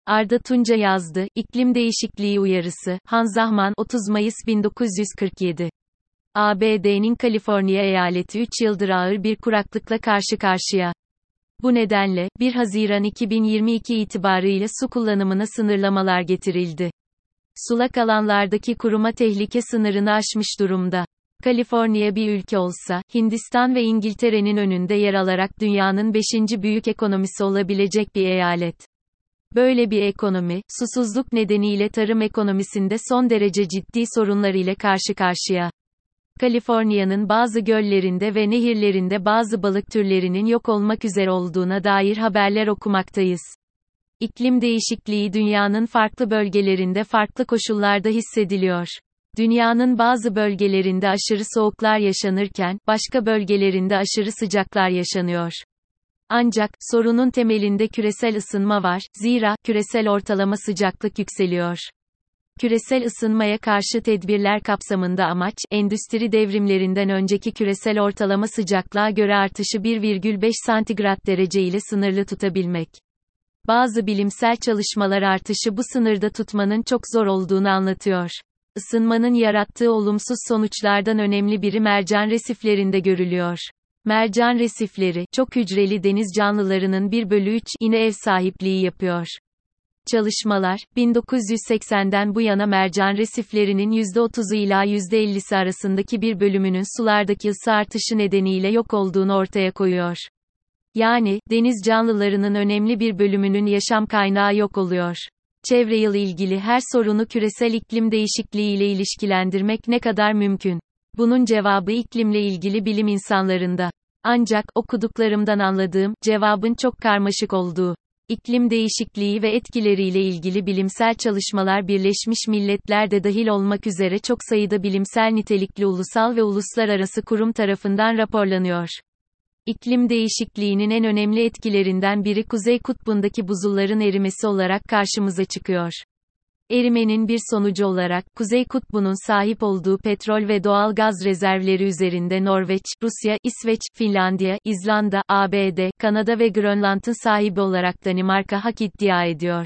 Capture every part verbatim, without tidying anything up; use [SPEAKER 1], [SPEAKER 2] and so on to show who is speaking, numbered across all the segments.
[SPEAKER 1] Arda Tunca yazdı. İklim değişikliği uyarısı. Hans Zahman, otuz Mayıs bin dokuz yüz kırk yedi. A B D'nin Kaliforniya eyaleti üç yıldır ağır bir kuraklıkla karşı karşıya. Bu nedenle, bir Haziran iki bin yirmi iki itibarıyla su kullanımına sınırlamalar getirildi. Sulak alanlardaki kuruma tehlike sınırını aşmış durumda. Kaliforniya bir ülke olsa, Hindistan ve İngiltere'nin önünde yer alarak dünyanın beşinci büyük ekonomisi olabilecek bir eyalet. Böyle bir ekonomi, susuzluk nedeniyle tarım ekonomisinde son derece ciddi sorunlar ile karşı karşıya. Kaliforniya'nın bazı göllerinde ve nehirlerinde bazı balık türlerinin yok olmak üzere olduğuna dair haberler okumaktayız. İklim değişikliği dünyanın farklı bölgelerinde farklı koşullarda hissediliyor. Dünyanın bazı bölgelerinde aşırı soğuklar yaşanırken, başka bölgelerinde aşırı sıcaklar yaşanıyor. Ancak, sorunun temelinde küresel ısınma var, zira, küresel ortalama sıcaklık yükseliyor. Küresel ısınmaya karşı tedbirler kapsamında amaç, endüstri devrimlerinden önceki küresel ortalama sıcaklığa göre artışı bir virgül beş santigrat derece ile sınırlı tutabilmek. Bazı bilimsel çalışmalar artışı bu sınırda tutmanın çok zor olduğunu anlatıyor. Isınmanın yarattığı olumsuz sonuçlardan önemli biri mercan resiflerinde görülüyor. Mercan resifleri, çok hücreli deniz canlılarının bir bölü üç'ine ev sahipliği yapıyor. Çalışmalar, bin dokuz yüz seksenden bu yana mercan resiflerinin yüzde otuzu ila yüzde ellisi arasındaki bir bölümünün sulardaki ısı artışı nedeniyle yok olduğunu ortaya koyuyor. Yani, deniz canlılarının önemli bir bölümünün yaşam kaynağı yok oluyor. Çevreyle ilgili her sorunu küresel iklim değişikliği ile ilişkilendirmek ne kadar mümkün? Bunun cevabı iklimle ilgili bilim insanlarında. Ancak, okuduklarımdan anladığım, cevabın çok karmaşık olduğu. İklim değişikliği ve etkileriyle ilgili bilimsel çalışmalar Birleşmiş Milletler de dahil olmak üzere çok sayıda bilimsel nitelikli ulusal ve uluslararası kurum tarafından raporlanıyor. İklim değişikliğinin en önemli etkilerinden biri Kuzey Kutbu'ndaki buzulların erimesi olarak karşımıza çıkıyor. Erimenin bir sonucu olarak, Kuzey Kutbu'nun sahip olduğu petrol ve doğal gaz rezervleri üzerinde Norveç, Rusya, İsveç, Finlandiya, İzlanda, A B D, Kanada ve Grönland'ın sahibi olarak Danimarka hak iddia ediyor.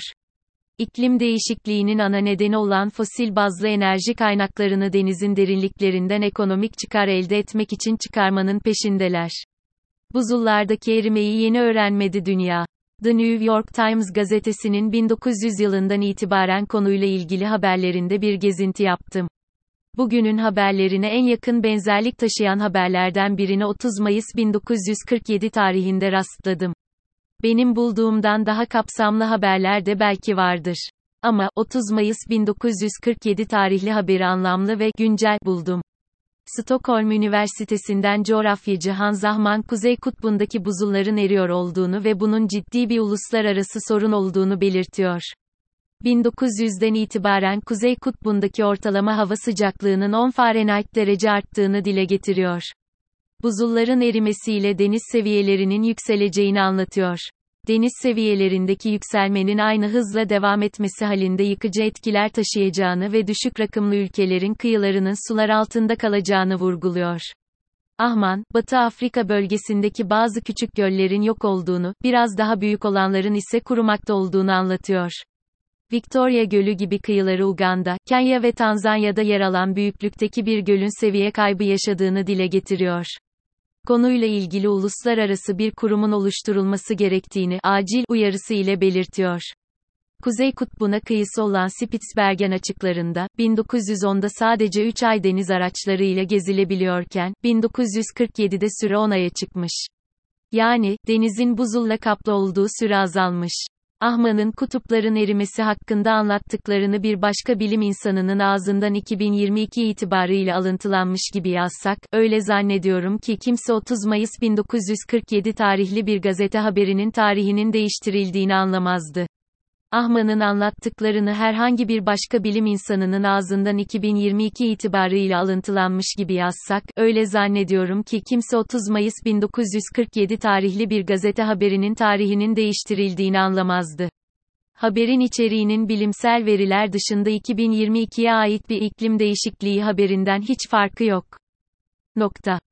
[SPEAKER 1] İklim değişikliğinin ana nedeni olan fosil bazlı enerji kaynaklarını denizin derinliklerinden ekonomik çıkar elde etmek için çıkarmanın peşindeler. Buzullardaki erimeyi yeni öğrenmedi dünya. The New York Times gazetesinin bin dokuz yüz yılından itibaren konuyla ilgili haberlerinde bir gezinti yaptım. Bugünün haberlerine en yakın benzerlik taşıyan haberlerden birine otuz Mayıs bin dokuz yüz kırk yedi tarihinde rastladım. Benim bulduğumdan daha kapsamlı haberler de belki vardır. Ama, otuz Mayıs bin dokuz yüz kırk yedi tarihli haberi anlamlı ve güncel buldum. Stockholm Üniversitesi'nden coğrafyacı Hans Zahman Kuzey Kutbu'ndaki buzulların eriyor olduğunu ve bunun ciddi bir uluslararası sorun olduğunu belirtiyor. bin dokuz yüzden itibaren Kuzey Kutbu'ndaki ortalama hava sıcaklığının on Fahrenheit derece arttığını dile getiriyor. Buzulların erimesiyle deniz seviyelerinin yükseleceğini anlatıyor. Deniz seviyelerindeki yükselmenin aynı hızla devam etmesi halinde yıkıcı etkiler taşıyacağını ve düşük rakımlı ülkelerin kıyılarının sular altında kalacağını vurguluyor. Ahman, Batı Afrika bölgesindeki bazı küçük göllerin yok olduğunu, biraz daha büyük olanların ise kurumakta olduğunu anlatıyor. Victoria Gölü gibi kıyıları Uganda, Kenya ve Tanzanya'da yer alan büyüklükteki bir gölün seviye kaybı yaşadığını dile getiriyor. Konuyla ilgili uluslararası bir kurumun oluşturulması gerektiğini, acil uyarısı ile belirtiyor. Kuzey Kutbu'na kıyısı olan Spitsbergen açıklarında, bin dokuz yüz onda sadece üç ay deniz araçlarıyla gezilebiliyorken, bin dokuz yüz kırk yedide süre on aya çıkmış. Yani, denizin buzulla kaplı olduğu süre azalmış. Ahman'ın kutupların erimesi hakkında anlattıklarını bir başka bilim insanının ağzından iki bin yirmi iki itibarıyla alıntılanmış gibi yazsak, öyle zannediyorum ki kimse otuz Mayıs bin dokuz yüz kırk yedi tarihli bir gazete haberinin tarihinin değiştirildiğini anlamazdı. Ahman'ın anlattıklarını herhangi bir başka bilim insanının ağzından iki bin yirmi iki itibarıyla alıntılanmış gibi yazsak, öyle zannediyorum ki kimse otuz Mayıs bin dokuz yüz kırk yedi tarihli bir gazete haberinin tarihinin değiştirildiğini anlamazdı. Haberin içeriğinin bilimsel veriler dışında iki bin yirmi ikiye ait bir iklim değişikliği haberinden hiç farkı yok. Nokta.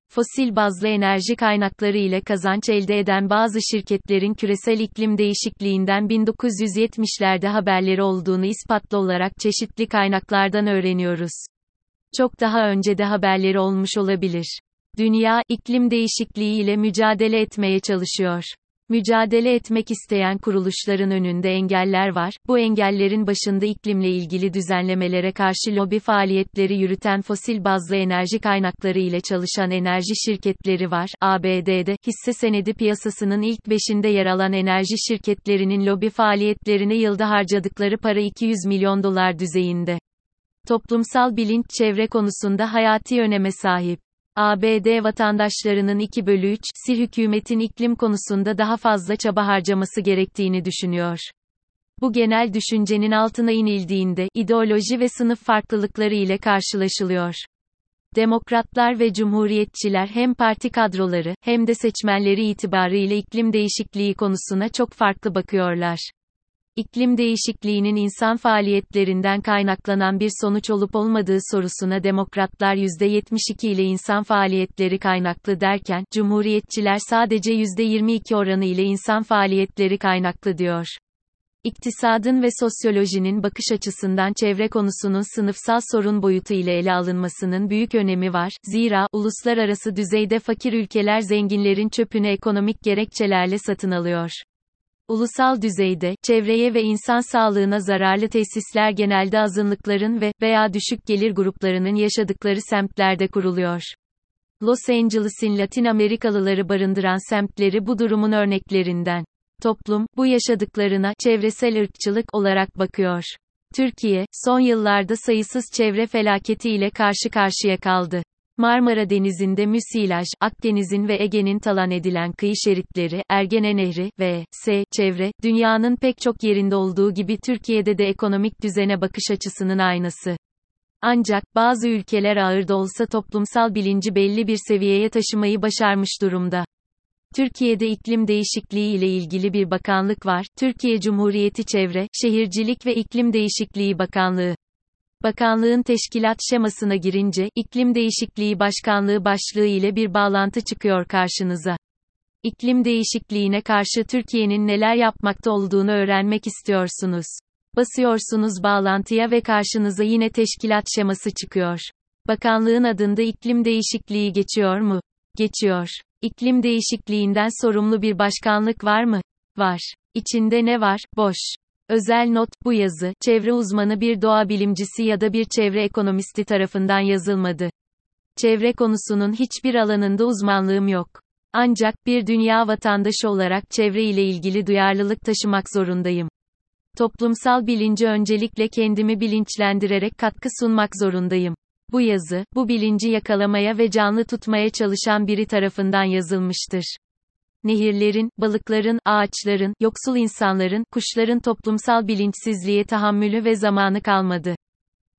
[SPEAKER 1] Fosil bazlı enerji kaynakları ile kazanç elde eden bazı şirketlerin küresel iklim değişikliğinden bin dokuz yüz yetmişlerde haberleri olduğunu ispatlı olarak çeşitli kaynaklardan öğreniyoruz. Çok daha önce de haberleri olmuş olabilir. Dünya, iklim değişikliği ile mücadele etmeye çalışıyor. Mücadele etmek isteyen kuruluşların önünde engeller var. Bu engellerin başında iklimle ilgili düzenlemelere karşı lobi faaliyetleri yürüten fosil bazlı enerji kaynakları ile çalışan enerji şirketleri var. A B D'de, hisse senedi piyasasının ilk beşinde yer alan enerji şirketlerinin lobi faaliyetlerine yılda harcadıkları para iki yüz milyon dolar düzeyinde. Toplumsal bilinç çevre konusunda hayati öneme sahip. A B D vatandaşlarının iki bölü üçü hükümetin iklim konusunda daha fazla çaba harcaması gerektiğini düşünüyor. Bu genel düşüncenin altına inildiğinde, ideoloji ve sınıf farklılıkları ile karşılaşılıyor. Demokratlar ve cumhuriyetçiler hem parti kadroları, hem de seçmenleri itibarıyla iklim değişikliği konusuna çok farklı bakıyorlar. İklim değişikliğinin insan faaliyetlerinden kaynaklanan bir sonuç olup olmadığı sorusuna demokratlar yüzde yetmiş iki ile insan faaliyetleri kaynaklı derken, cumhuriyetçiler sadece yüzde yirmi iki oranı ile insan faaliyetleri kaynaklı diyor. İktisadın ve sosyolojinin bakış açısından çevre konusunun sınıfsal sorun boyutu ile ele alınmasının büyük önemi var, zira, uluslararası düzeyde fakir ülkeler zenginlerin çöpünü ekonomik gerekçelerle satın alıyor. Ulusal düzeyde, çevreye ve insan sağlığına zararlı tesisler genelde azınlıkların ve veya düşük gelir gruplarının yaşadıkları semtlerde kuruluyor. Los Angeles'in Latin Amerikalıları barındıran semtleri bu durumun örneklerinden. Toplum, bu yaşadıklarına çevresel ırkçılık olarak bakıyor. Türkiye, son yıllarda sayısız çevre felaketi ile karşı karşıya kaldı. Marmara Denizi'nde müsilaj, Akdeniz'in ve Ege'nin talan edilen kıyı şeritleri, Ergene Nehri, ve çevre, dünyanın pek çok yerinde olduğu gibi Türkiye'de de ekonomik düzene bakış açısının aynası. Ancak, bazı ülkeler ağır da olsa toplumsal bilinci belli bir seviyeye taşımayı başarmış durumda. Türkiye'de iklim değişikliği ile ilgili bir bakanlık var, Türkiye Cumhuriyeti Çevre, Şehircilik ve İklim Değişikliği Bakanlığı. Bakanlığın teşkilat şemasına girince, İklim Değişikliği Başkanlığı başlığı ile bir bağlantı çıkıyor karşınıza. İklim değişikliğine karşı Türkiye'nin neler yapmakta olduğunu öğrenmek istiyorsunuz. Basıyorsunuz bağlantıya ve karşınıza yine teşkilat şeması çıkıyor. Bakanlığın adında iklim değişikliği geçiyor mu? Geçiyor. İklim değişikliğinden sorumlu bir başkanlık var mı? Var. İçinde ne var? Boş. Özel not, bu yazı, çevre uzmanı bir doğa bilimcisi ya da bir çevre ekonomisti tarafından yazılmadı. Çevre konusunun hiçbir alanında uzmanlığım yok. Ancak, bir dünya vatandaşı olarak çevre ile ilgili duyarlılık taşımak zorundayım. Toplumsal bilinci öncelikle kendimi bilinçlendirerek katkı sunmak zorundayım. Bu yazı, bu bilinci yakalamaya ve canlı tutmaya çalışan biri tarafından yazılmıştır. Nehirlerin, balıkların, ağaçların, yoksul insanların, kuşların toplumsal bilinçsizliğe tahammülü ve zamanı kalmadı.